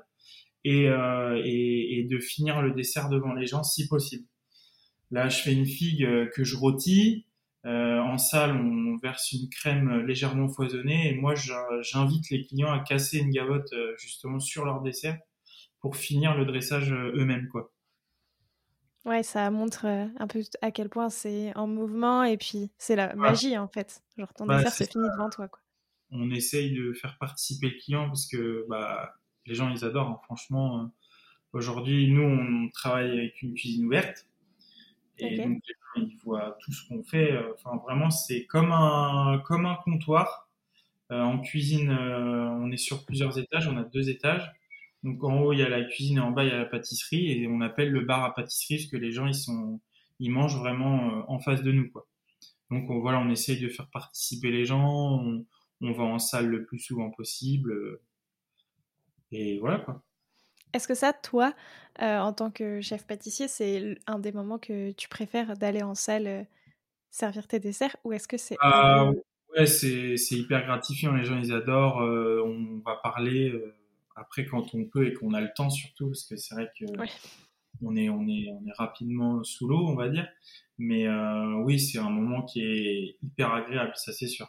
et de finir le dessert devant les gens si possible. Là, je fais une figue que je rôtis. En salle, on verse une crème légèrement foisonnée et moi, j'invite les clients à casser une gavotte justement sur leur dessert pour finir le dressage eux-mêmes, quoi. Ouais, ça montre un peu à quel point c'est en mouvement et puis c'est la Voilà. magie en fait. Genre ton Bah, dessert c'est se ça. finit devant toi, quoi. On essaye de faire participer le client parce que bah, les gens, ils adorent, hein. Franchement, aujourd'hui, nous, on travaille avec une cuisine ouverte et Ok. donc les gens, ils voient tout ce qu'on fait. Enfin, vraiment, c'est comme un comptoir. En cuisine, on est sur plusieurs étages, on a 2 étages. Donc en haut, il y a la cuisine et en bas, il y a la pâtisserie et on appelle le bar à pâtisserie parce que les gens, ils mangent vraiment en face de nous, quoi. Donc voilà, on essaye de faire participer les gens, on va en salle le plus souvent possible, et voilà quoi. Est-ce que ça, toi, en tant que chef pâtissier, c'est un des moments que tu préfères d'aller en salle servir tes desserts ou est-ce que c'est un Ah, peu... ouais, c'est hyper gratifiant, les gens ils adorent, on va parler après quand on peut et qu'on a le temps surtout, parce que c'est vrai que Ouais. on est rapidement sous l'eau, on va dire. Mais oui, c'est un moment qui est hyper agréable, ça c'est sûr.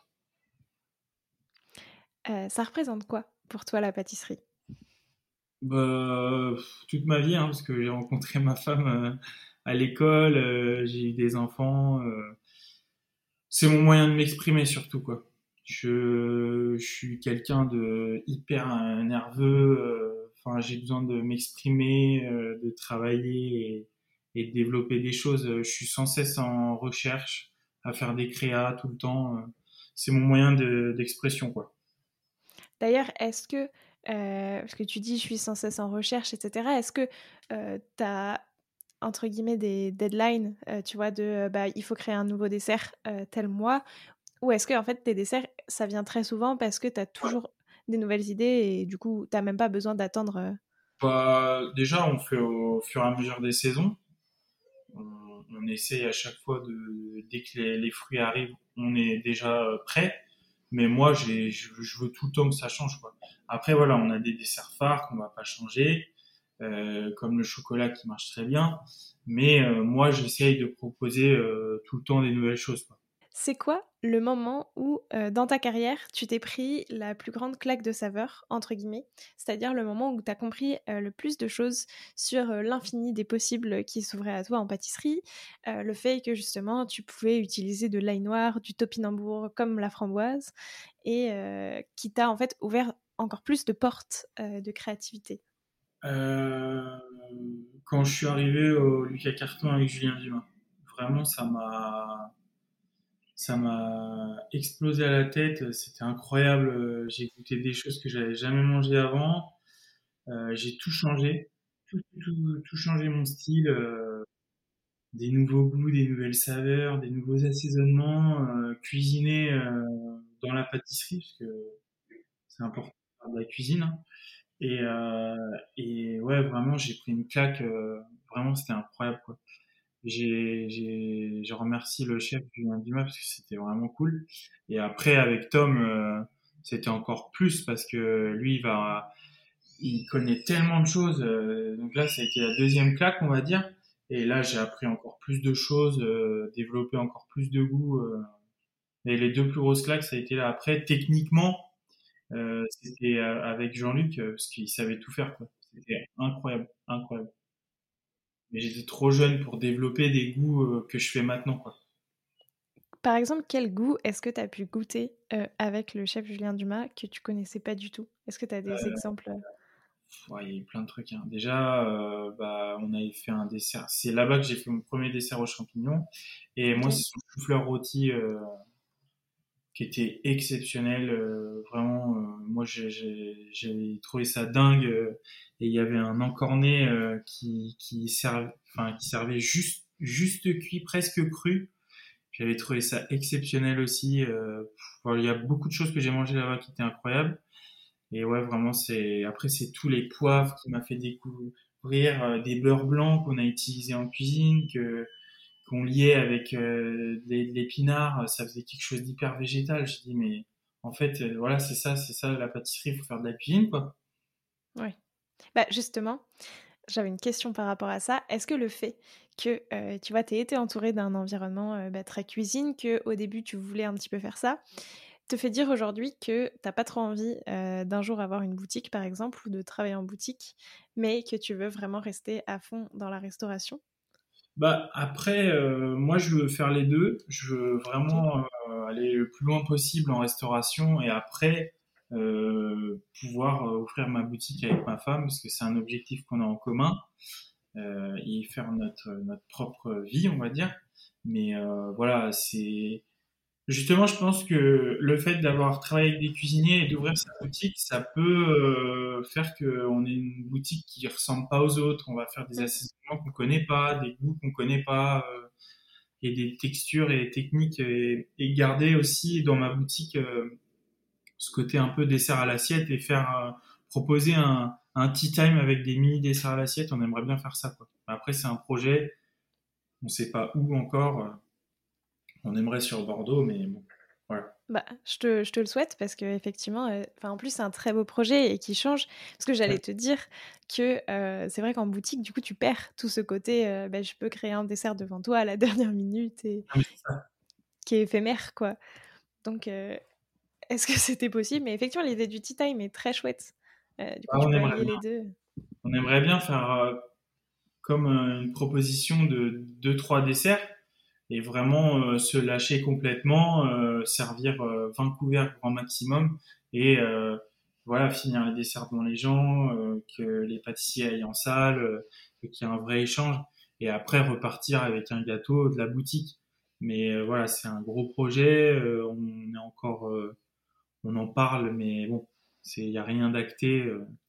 Ça représente quoi pour toi la pâtisserie? Bah, toute ma vie, hein, parce que j'ai rencontré ma femme à l'école, j'ai eu des enfants. C'est mon moyen de m'exprimer surtout quoi. Je suis quelqu'un de hyper nerveux. Enfin, j'ai besoin de m'exprimer, de travailler et de développer des choses. Je suis sans cesse en recherche, à faire des créas tout le temps. C'est mon moyen d'expression quoi. D'ailleurs, est-ce que, parce que tu dis: «Je suis sans cesse en recherche» et cetera, est-ce que, tu as entre guillemets «des deadlines», tu vois? De, bah, il faut créer un nouveau dessert, tel mois ou est-ce que en fait tes desserts, ça vient très souvent parce que tu as toujours des nouvelles idées et du coup, tu as même pas besoin d'attendre, Bah, déjà, on fait au fur et à mesure des saisons. On essaye à chaque fois dès que les fruits arrivent, on est déjà prêt. Mais moi, je veux tout le temps que ça change, quoi. Après, voilà, on a des desserts phares qu'on va pas changer, comme le chocolat qui marche très bien. Mais moi, j'essaye de proposer tout le temps des nouvelles choses, quoi. C'est quoi le moment où, dans ta carrière, tu t'es pris la plus grande «claque de saveur» entre guillemets? C'est-à-dire le moment où tu as compris, le plus de choses sur, l'infini des possibles qui s'ouvraient à toi en pâtisserie, le fait que justement tu pouvais utiliser de l'ail noir, du topinambour comme la framboise et qui t'a en fait ouvert encore plus de portes, de créativité? Euh, Quand je suis arrivé au Lucas Carton avec Julien Dumas, vraiment, ça m'a explosé à la tête. C'était incroyable. J'ai goûté des choses que j'avais jamais mangées avant. J'ai tout changé, tout changé mon style. Des nouveaux goûts, des nouvelles saveurs, des nouveaux assaisonnements, cuisiner dans la pâtisserie parce que c'est important de faire de la cuisine, hein. Et ouais, vraiment, j'ai pris une claque. Vraiment, c'était incroyable, quoi. Je remercie le chef Julien Dumas parce que c'était vraiment cool. Et après, avec Tom, c'était encore plus parce que lui, il connaît tellement de choses. Donc là, ça a été la deuxième claque, on va dire. Et là, j'ai appris encore plus de choses, développé encore plus de goût. Et les deux plus grosses claques, ça a été là. Après, techniquement, c'était avec Jean-Luc parce qu'il savait tout faire, quoi. C'était incroyable, incroyable. Mais j'étais trop jeune pour développer des goûts que je fais maintenant, quoi. Par exemple, quel goût est-ce que tu as pu goûter, avec le chef Julien Dumas que tu connaissais pas du tout? Est-ce que tu as des exemples? Ouais, il y a eu plein de trucs, hein. Déjà, bah, on avait fait un dessert. C'est là-bas que j'ai fait mon premier dessert aux champignons. Et moi, OK. c'est son chou-fleur rôti qui était exceptionnel. Vraiment, moi, j'ai trouvé ça dingue. Et il y avait un encornet qui servait juste cuit, presque cru. J'avais trouvé ça exceptionnel aussi. Voilà, il y a beaucoup de choses que j'ai mangées là-bas qui étaient incroyables. Et ouais, vraiment, après, c'est tous les poivres qui m'a fait découvrir des beurres blancs qu'on a utilisés en cuisine, qu'on liait avec de l'épinard. Ça faisait quelque chose d'hyper végétal. Je dis, mais en fait, voilà, c'est ça la pâtisserie. Il faut faire de la cuisine, quoi. Ouais. Bah, justement, j'avais une question par rapport à ça. Est-ce que le fait que, tu vois, tu aies été entourée d'un environnement, bah, très cuisine, que au début tu voulais un petit peu faire ça, te fait dire aujourd'hui que t'as pas trop envie, d'un jour avoir une boutique par exemple ou de travailler en boutique, mais que tu veux vraiment rester à fond dans la restauration? Bah après, moi je veux faire les deux. Je veux OK. vraiment aller le plus loin possible en restauration et après pouvoir ouvrir ma boutique avec ma femme parce que c'est un objectif qu'on a en commun et faire notre propre vie, on va dire. Mais voilà, c'est justement, je pense que le fait d'avoir travaillé avec des cuisiniers et d'ouvrir sa boutique, ça peut faire qu'on ait une boutique qui ressemble pas aux autres. On va faire des Mmh. assaisonnements qu'on connaît pas, des goûts qu'on connaît pas, et des textures et des techniques, et garder aussi dans ma boutique ce côté un peu dessert à l'assiette et faire proposer un tea time avec des mini desserts à l'assiette. On aimerait bien faire ça, quoi. Après, c'est un projet, on sait pas où encore. On aimerait sur Bordeaux, mais bon, voilà. Bah, je te le souhaite parce qu'effectivement, enfin, en plus, c'est un très beau projet et qui change. Parce que j'allais te dire que, c'est vrai qu'en boutique, du coup, tu perds tout ce côté, bah, je peux créer un dessert devant toi à la dernière minute et Ah, mais c'est ça. qui est éphémère, quoi. Donc, est-ce que c'était possible? Mais effectivement, l'idée du tea time est très chouette. Du coup, Ah, tu peux allier les 2. on aimerait bien faire comme une proposition de deux trois desserts et vraiment se lâcher complètement, servir 20 couverts grand maximum et voilà, finir les desserts devant les gens, que les pâtissiers aillent en salle, qu'il y ait un vrai échange et après repartir avec un gâteau de la boutique. Mais voilà, c'est un gros projet, on est encore on en parle mais bon, il y a rien d'acté.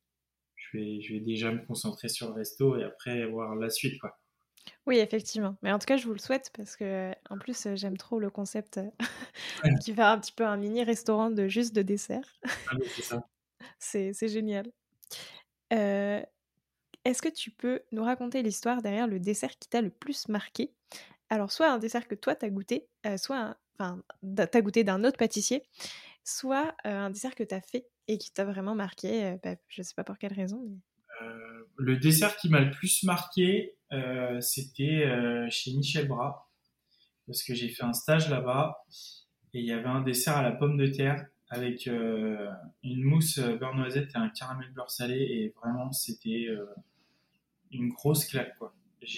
Je vais déjà me concentrer sur le resto et après voir la suite, quoi. Oui, effectivement. Mais en tout cas, je vous le souhaite parce que, en plus, j'aime trop le concept, Ouais. qui fait un petit peu un mini restaurant de juste de dessert. Ah oui, c'est ça. C'est génial. Heu, Est-ce que tu peux nous raconter l'histoire derrière le dessert qui t'a le plus marqué? Alors soit un dessert que toi tu as goûté, soit tu as goûté d'un autre pâtissier, soit, un dessert que tu as fait et qui t'a vraiment marqué, bah, je sais pas pour quelle raison, mais Le dessert qui m'a le plus marqué, c'était chez Michel Bras, parce que j'ai fait un stage là-bas et il y avait un dessert à la pomme de terre avec une mousse beurre noisette et un caramel beurre salé et vraiment c'était une grosse claque, quoi.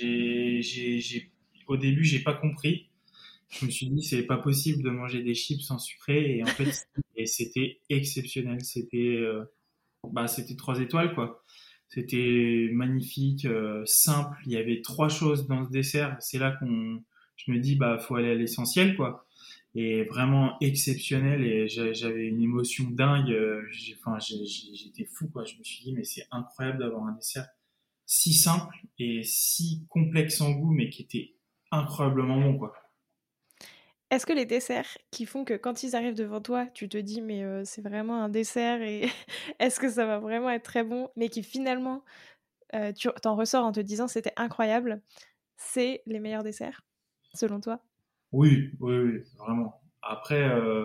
Au début j'ai pas compris. Je me suis dit c'est pas possible de manger des chips sans sucré et en fait et c'était exceptionnel. C'était 3 étoiles, quoi. C'était magnifique, simple. Il y avait trois choses dans ce dessert. C'est là je me dis, bah, faut aller à l'essentiel, quoi. Et vraiment exceptionnel. Et j'avais une émotion dingue. J'étais fou, quoi. Je me suis dit, mais c'est incroyable d'avoir un dessert si simple et si complexe en goût, mais qui était incroyablement bon, quoi. est-ce que les desserts qui font que quand ils arrivent devant toi, tu te dis: «Mais, c'est vraiment un dessert et est-ce que ça va vraiment être très bon?» mais qui finalement, tu en ressors en te disant: «C'était incroyable», c'est les meilleurs desserts, selon toi? Oui, oui, oui, vraiment. Après,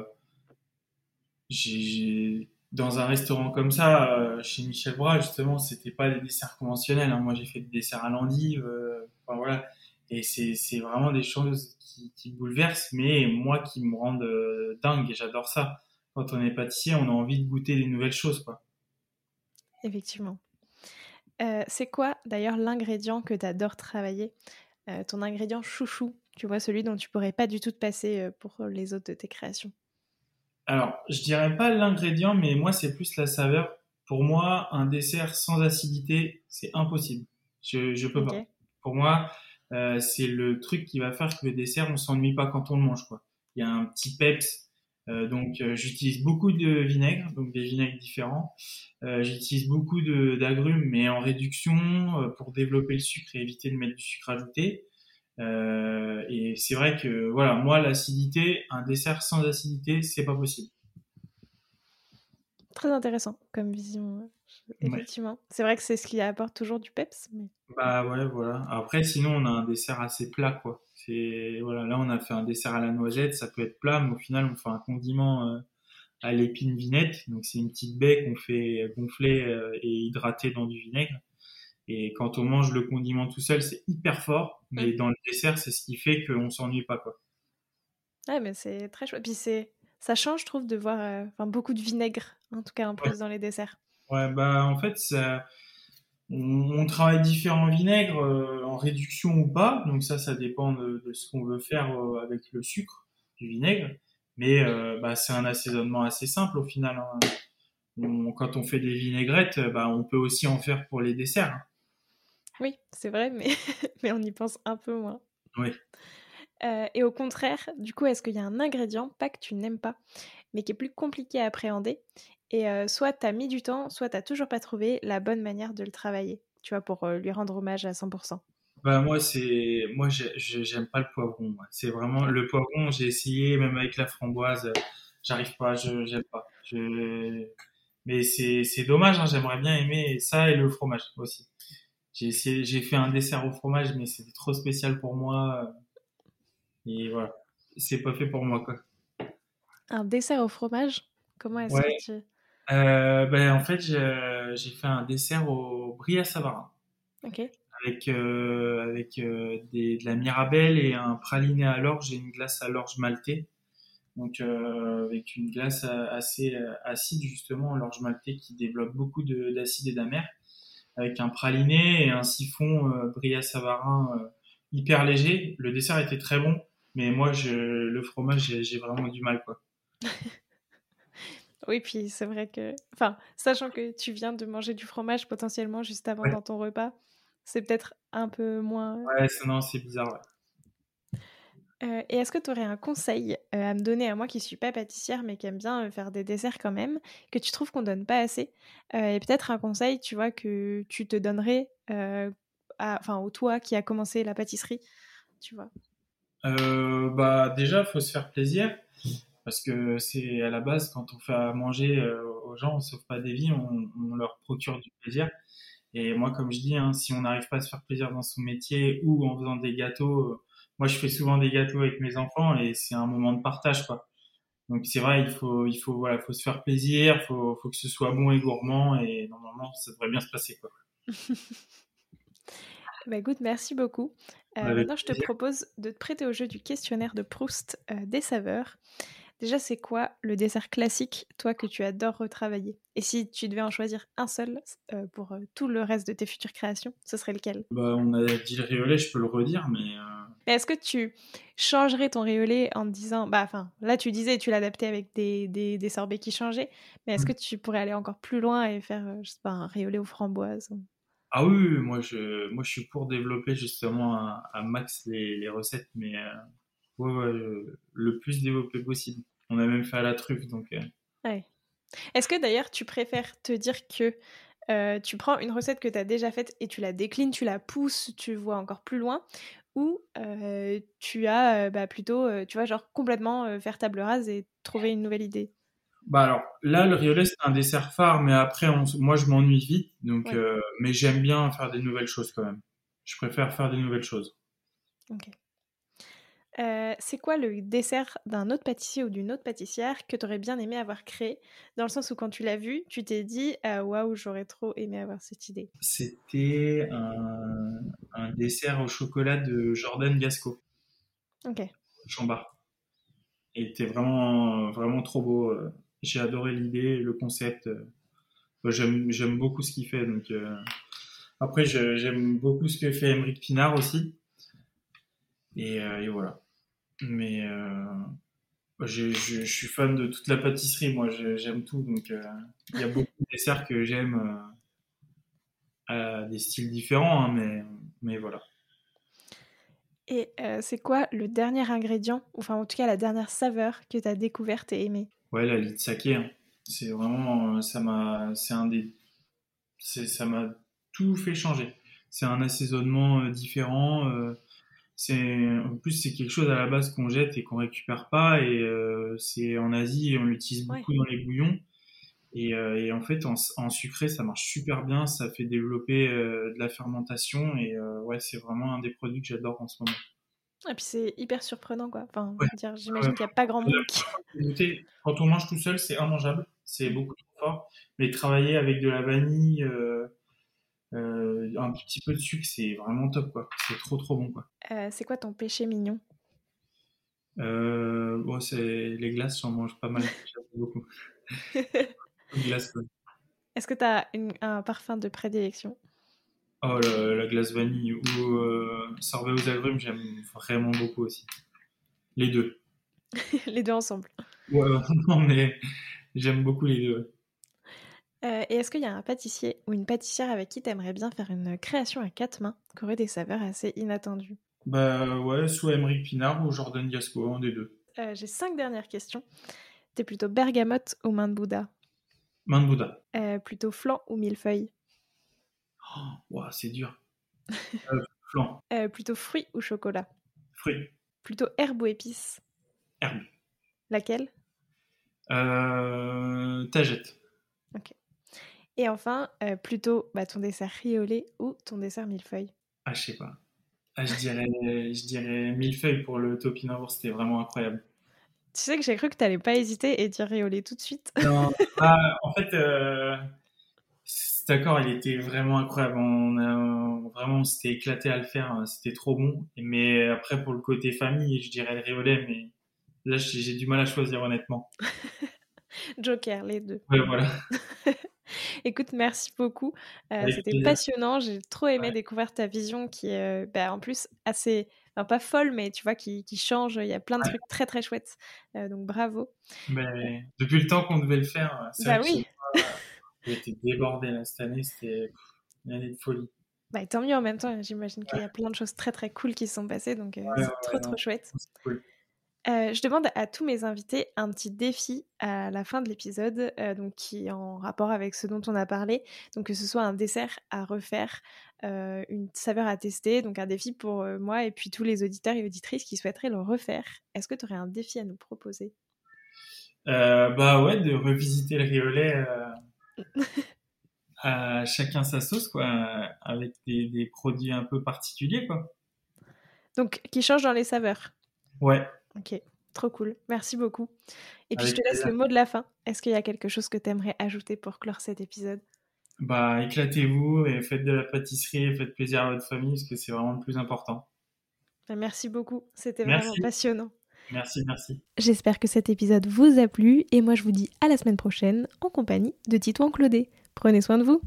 dans un restaurant comme ça, chez Michel Bras, justement, c'était pas des desserts conventionnels, hein. Moi, j'ai fait des desserts à l'endive, enfin voilà. Et c'est vraiment des choses qui bouleversent, mais moi qui me rendent dingue. Et j'adore ça. Quand on est pâtissier, on a envie de goûter des nouvelles choses, quoi. Effectivement. C'est quoi d'ailleurs l'ingrédient que tu adores travailler? Ton ingrédient chouchou, tu vois, celui dont tu pourrais pas du tout te passer, pour les autres de tes créations? Alors, je dirais pas l'ingrédient, mais moi, c'est plus la saveur. Pour moi, un dessert sans acidité, c'est impossible. Je peux pas. OK. Pour moi, c'est le truc qui va faire que le dessert, on s'ennuie pas quand on le mange, quoi. Il y a un petit peps. J'utilise beaucoup de vinaigre, donc des vinaigres différents. J'utilise beaucoup d'agrumes, mais en réduction pour développer le sucre et éviter de mettre du sucre ajouté. Et c'est vrai que voilà, moi l'acidité, un dessert sans acidité, c'est pas possible. Très intéressant comme vision, Ouais. effectivement. C'est vrai que c'est ce qui apporte toujours du peps, mais Bah ouais, voilà. Après, sinon on a un dessert assez plat, quoi. C'est voilà, là on a fait un dessert à la noisette, ça peut être plat, mais au final on fait un condiment à l'épine vinette. Donc c'est une petite baie qu'on fait gonfler et hydrater dans du vinaigre. Et quand on mange le condiment tout seul, c'est hyper fort, mmh. mais dans le dessert, c'est ce qui fait qu'on s'ennuie pas, quoi. Ouais, mais c'est très chouette. Puis ça change, je trouve, de voir, enfin, beaucoup de vinaigre, en tout cas en Ouais, plus dans les desserts. ouais, bah en fait ça. On travaille différents vinaigres en réduction ou pas, donc ça dépend de ce qu'on veut faire avec le sucre du vinaigre. Mais bah, c'est un assaisonnement assez simple au final, hein. Quand on fait des vinaigrettes, bah, on peut aussi en faire pour les desserts, hein. Oui, c'est vrai, mais mais on y pense un peu moins. Oui. Et au contraire, du coup, est-ce qu'il y a un ingrédient, pas que tu n'aimes pas, mais qui est plus compliqué à appréhender et soit tu as mis du temps, soit tu as toujours pas trouvé la bonne manière de le travailler, tu vois, pour, lui rendre hommage à 100%? Bah moi j'aime pas le poivron, moi. C'est vraiment Ah, le poivron, j'ai essayé même avec la framboise, j'arrive pas, je j'aime pas. Mais c'est dommage, hein, j'aimerais bien aimer ça et le fromage aussi. J'ai fait un dessert au fromage, mais c'était trop spécial pour moi. Et voilà, c'est pas fait pour moi, quoi. un dessert au fromage? Comment est-ce que Ouais. tu Ben en fait, j'ai fait un dessert au brie à Savarin OK. avec de la mirabelle et un praliné à l'orge et une glace à l'orge maltais. Donc avec une glace assez acide justement, l'orge maltais qui développe beaucoup d'acide et d'amer, avec un praliné et un siphon brie à Savarin hyper léger. Le dessert était très bon, mais moi le fromage j'ai vraiment du mal, quoi. Oui, puis c'est vrai que enfin, sachant que tu viens de manger du fromage potentiellement juste avant Ouais, dans ton repas, c'est peut-être un peu moins, ouais, non, c'est bizarre. Ouais. et est-ce que tu aurais un conseil, à me donner à moi qui suis pas pâtissière, mais qui aime bien, faire des desserts quand même, que tu trouves qu'on donne pas assez? Et peut-être un conseil, tu vois, que tu te donnerais, à enfin, au toi qui a commencé la pâtisserie, tu vois? Bah déjà, faut se faire plaisir parce que c'est à la base quand on fait à manger aux gens, on sauve pas des vies, on leur procure du plaisir. Et moi, comme je dis, hein, si on n'arrive pas à se faire plaisir dans son métier ou en faisant des gâteaux, moi je fais souvent des gâteaux avec mes enfants et c'est un moment de partage, quoi. Donc c'est vrai, voilà, faut se faire plaisir, faut que ce soit bon et gourmand et normalement ça devrait bien se passer, quoi. Bah, écoute, merci beaucoup. Avec Maintenant, je te plaisir. propose de te prêter au jeu du questionnaire de Proust, des saveurs. Déjà, c'est quoi le dessert classique, toi, que tu adores retravailler? Et si tu devais en choisir un seul, pour, tout le reste de tes futures créations, ce serait lequel? Bah, on a dit le riolet, je peux le redire, mais Et est-ce que tu changerais ton riolet en te disant bah, enfin, là, tu disais, tu l'adaptais avec des sorbets qui changeaient, mais est-ce que tu pourrais aller encore plus loin et faire, je sais pas, un riolet aux framboises ou ah oui, oui, moi je suis pour développer justement à max les recettes, mais ouais, ouais, le plus développé possible. On a même fait à la truffe, donc ouais. Est-ce que d'ailleurs tu préfères te dire que, tu prends une recette que tu as déjà faite et tu la déclines, tu la pousses, tu vois encore plus loin? Ou, tu as, bah, plutôt, tu vois, genre complètement, faire table rase et trouver une nouvelle idée? bah alors là le riolet c'est un dessert phare, mais après moi je m'ennuie vite, donc Ouais, mais j'aime bien faire des nouvelles choses quand même. Je préfère faire des nouvelles choses. OK. C'est quoi le dessert d'un autre pâtissier ou d'une autre pâtissière que tu aurais bien aimé avoir créé? Dans le sens où quand tu l'as vu, tu t'es dit: «Ah waouh, j'aurais trop aimé avoir cette idée». C'était un dessert au chocolat de Jordan Gasco, OK. Chambard. Et il était vraiment vraiment trop beau. J'ai adoré l'idée, le concept. J'aime beaucoup ce qu'il fait, donc Après, j'aime beaucoup ce que fait Émeric Pinard aussi. Et voilà. Mais je suis fan de toute la pâtisserie. Moi, j'aime tout. Donc, il y a beaucoup de desserts que j'aime à des styles différents, hein, mais voilà. Et c'est quoi le dernier ingrédient, enfin en tout cas la dernière saveur que tu as découverte et aimée? Ouais, la lit saké, hein. C'est vraiment, ça m'a tout fait changer. C'est un assaisonnement différent. En plus, c'est quelque chose à la base qu'on jette et qu'on récupère pas. Et c'est en Asie, on l'utilise Ouais. beaucoup dans les bouillons. Et en fait, en sucré, ça marche super bien. Ça fait développer de la fermentation. Et ouais, c'est vraiment un des produits que j'adore en ce moment. Et puis c'est hyper surprenant quoi. Enfin, Ouais. j'imagine qu'il n'y a pas grand monde qui... Goûter, quand on mange tout seul, c'est immangeable. C'est beaucoup trop fort. Mais travailler avec de la vanille, un petit peu de sucre, c'est vraiment top, quoi. C'est trop, trop bon, quoi. c'est quoi ton péché mignon? Bon, c'est les glaces, j'en mange pas mal. J'aime beaucoup. Les glaces, quoi. Est-ce que tu as un parfum de prédilection? Oh, la glace vanille ou sorbet aux agrumes, j'aime vraiment beaucoup aussi. Les deux. Les deux ensemble. Ouais, non, mais j'aime beaucoup les deux. Et est-ce qu'il y a un pâtissier ou une pâtissière avec qui tu aimerais bien faire une création à 4 mains qui aurait des saveurs assez inattendues? Bah ouais, soit Émeric Pinard ou Jordan Gasco, un des deux. J'ai 5 dernières questions. T'es plutôt bergamote ou main de Bouddha? Main de Bouddha. Plutôt flan ou millefeuille? Oh, ouah, c'est dur. Flan, Plutôt fruits ou chocolat? fruits, Plutôt herbe ou épice? herbe. Laquelle? Tagette. Ok. Et enfin, plutôt ton dessert riolé ou ton dessert millefeuille? Ah, je sais pas. Ah, je dirais millefeuille pour le topinambour, c'était vraiment incroyable. Tu sais que j'ai cru que t'allais pas hésiter et dire riolé tout de suite. Non, en fait, cet accord, il était vraiment incroyable. Vraiment, on s'était éclaté à le faire. C'était trop bon. Mais après, pour le côté famille, je dirais le riolet. Mais là, j'ai du mal à choisir, honnêtement. Joker, les deux. Ouais, voilà. Écoute, merci beaucoup. Avec C'était plaisir. passionnant. J'ai trop aimé Ouais. découvrir ta vision qui est en plus assez, enfin, pas folle, mais tu vois, qui change. Il y a plein de Ouais. trucs très très chouettes. Donc bravo. Mais depuis le temps qu'on devait le faire, c'est vrai Bah que chez oui. moi, j'ai été débordé là, cette année. C'était une année de folie. Bah, tant mieux en même temps. J'imagine qu'il y a plein de choses très très cool qui se sont passées. Donc Ouais, ouais, c'est trop ouais, trop non, chouette. c'est cool. Je demande à tous mes invités un petit défi à la fin de l'épisode, donc qui est en rapport avec ce dont on a parlé. Donc que ce soit un dessert à refaire, une saveur à tester, donc un défi pour moi et puis tous les auditeurs et auditrices qui souhaiteraient le refaire. Est-ce que tu aurais un défi à nous proposer? Bah ouais, de revisiter le riolet à chacun sa sauce, quoi, avec des produits un peu particuliers, quoi. Donc qui change dans les saveurs. Ouais, Ok, trop cool. Merci beaucoup. Et puis je avec te laisse plaisir. le mot de la fin. Est-ce qu'il y a quelque chose que tu aimerais ajouter pour clore cet épisode? Bah, éclatez-vous et faites de la pâtisserie et faites plaisir à votre famille parce que c'est vraiment le plus important. Merci beaucoup, c'était vraiment Merci, passionnant. merci. J'espère que cet épisode vous a plu et moi je vous dis à la semaine prochaine en compagnie de Titouan Claudet. Prenez soin de vous.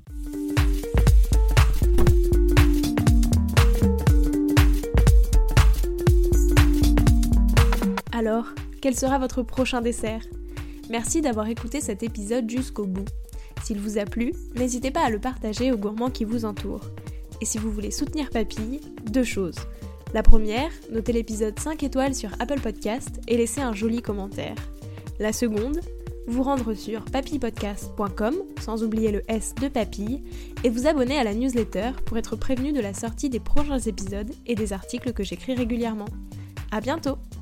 Alors, quel sera votre prochain dessert? Merci d'avoir écouté cet épisode jusqu'au bout. S'il vous a plu, n'hésitez pas à le partager aux gourmands qui vous entourent. Et si vous voulez soutenir Papille, 2 choses. La première, notez l'épisode 5 étoiles sur Apple Podcast et laissez un joli commentaire. La seconde, vous rendre sur papillepodcast.com, sans oublier le S de Papille, et vous abonner à la newsletter pour être prévenu de la sortie des prochains épisodes et des articles que j'écris régulièrement. À bientôt!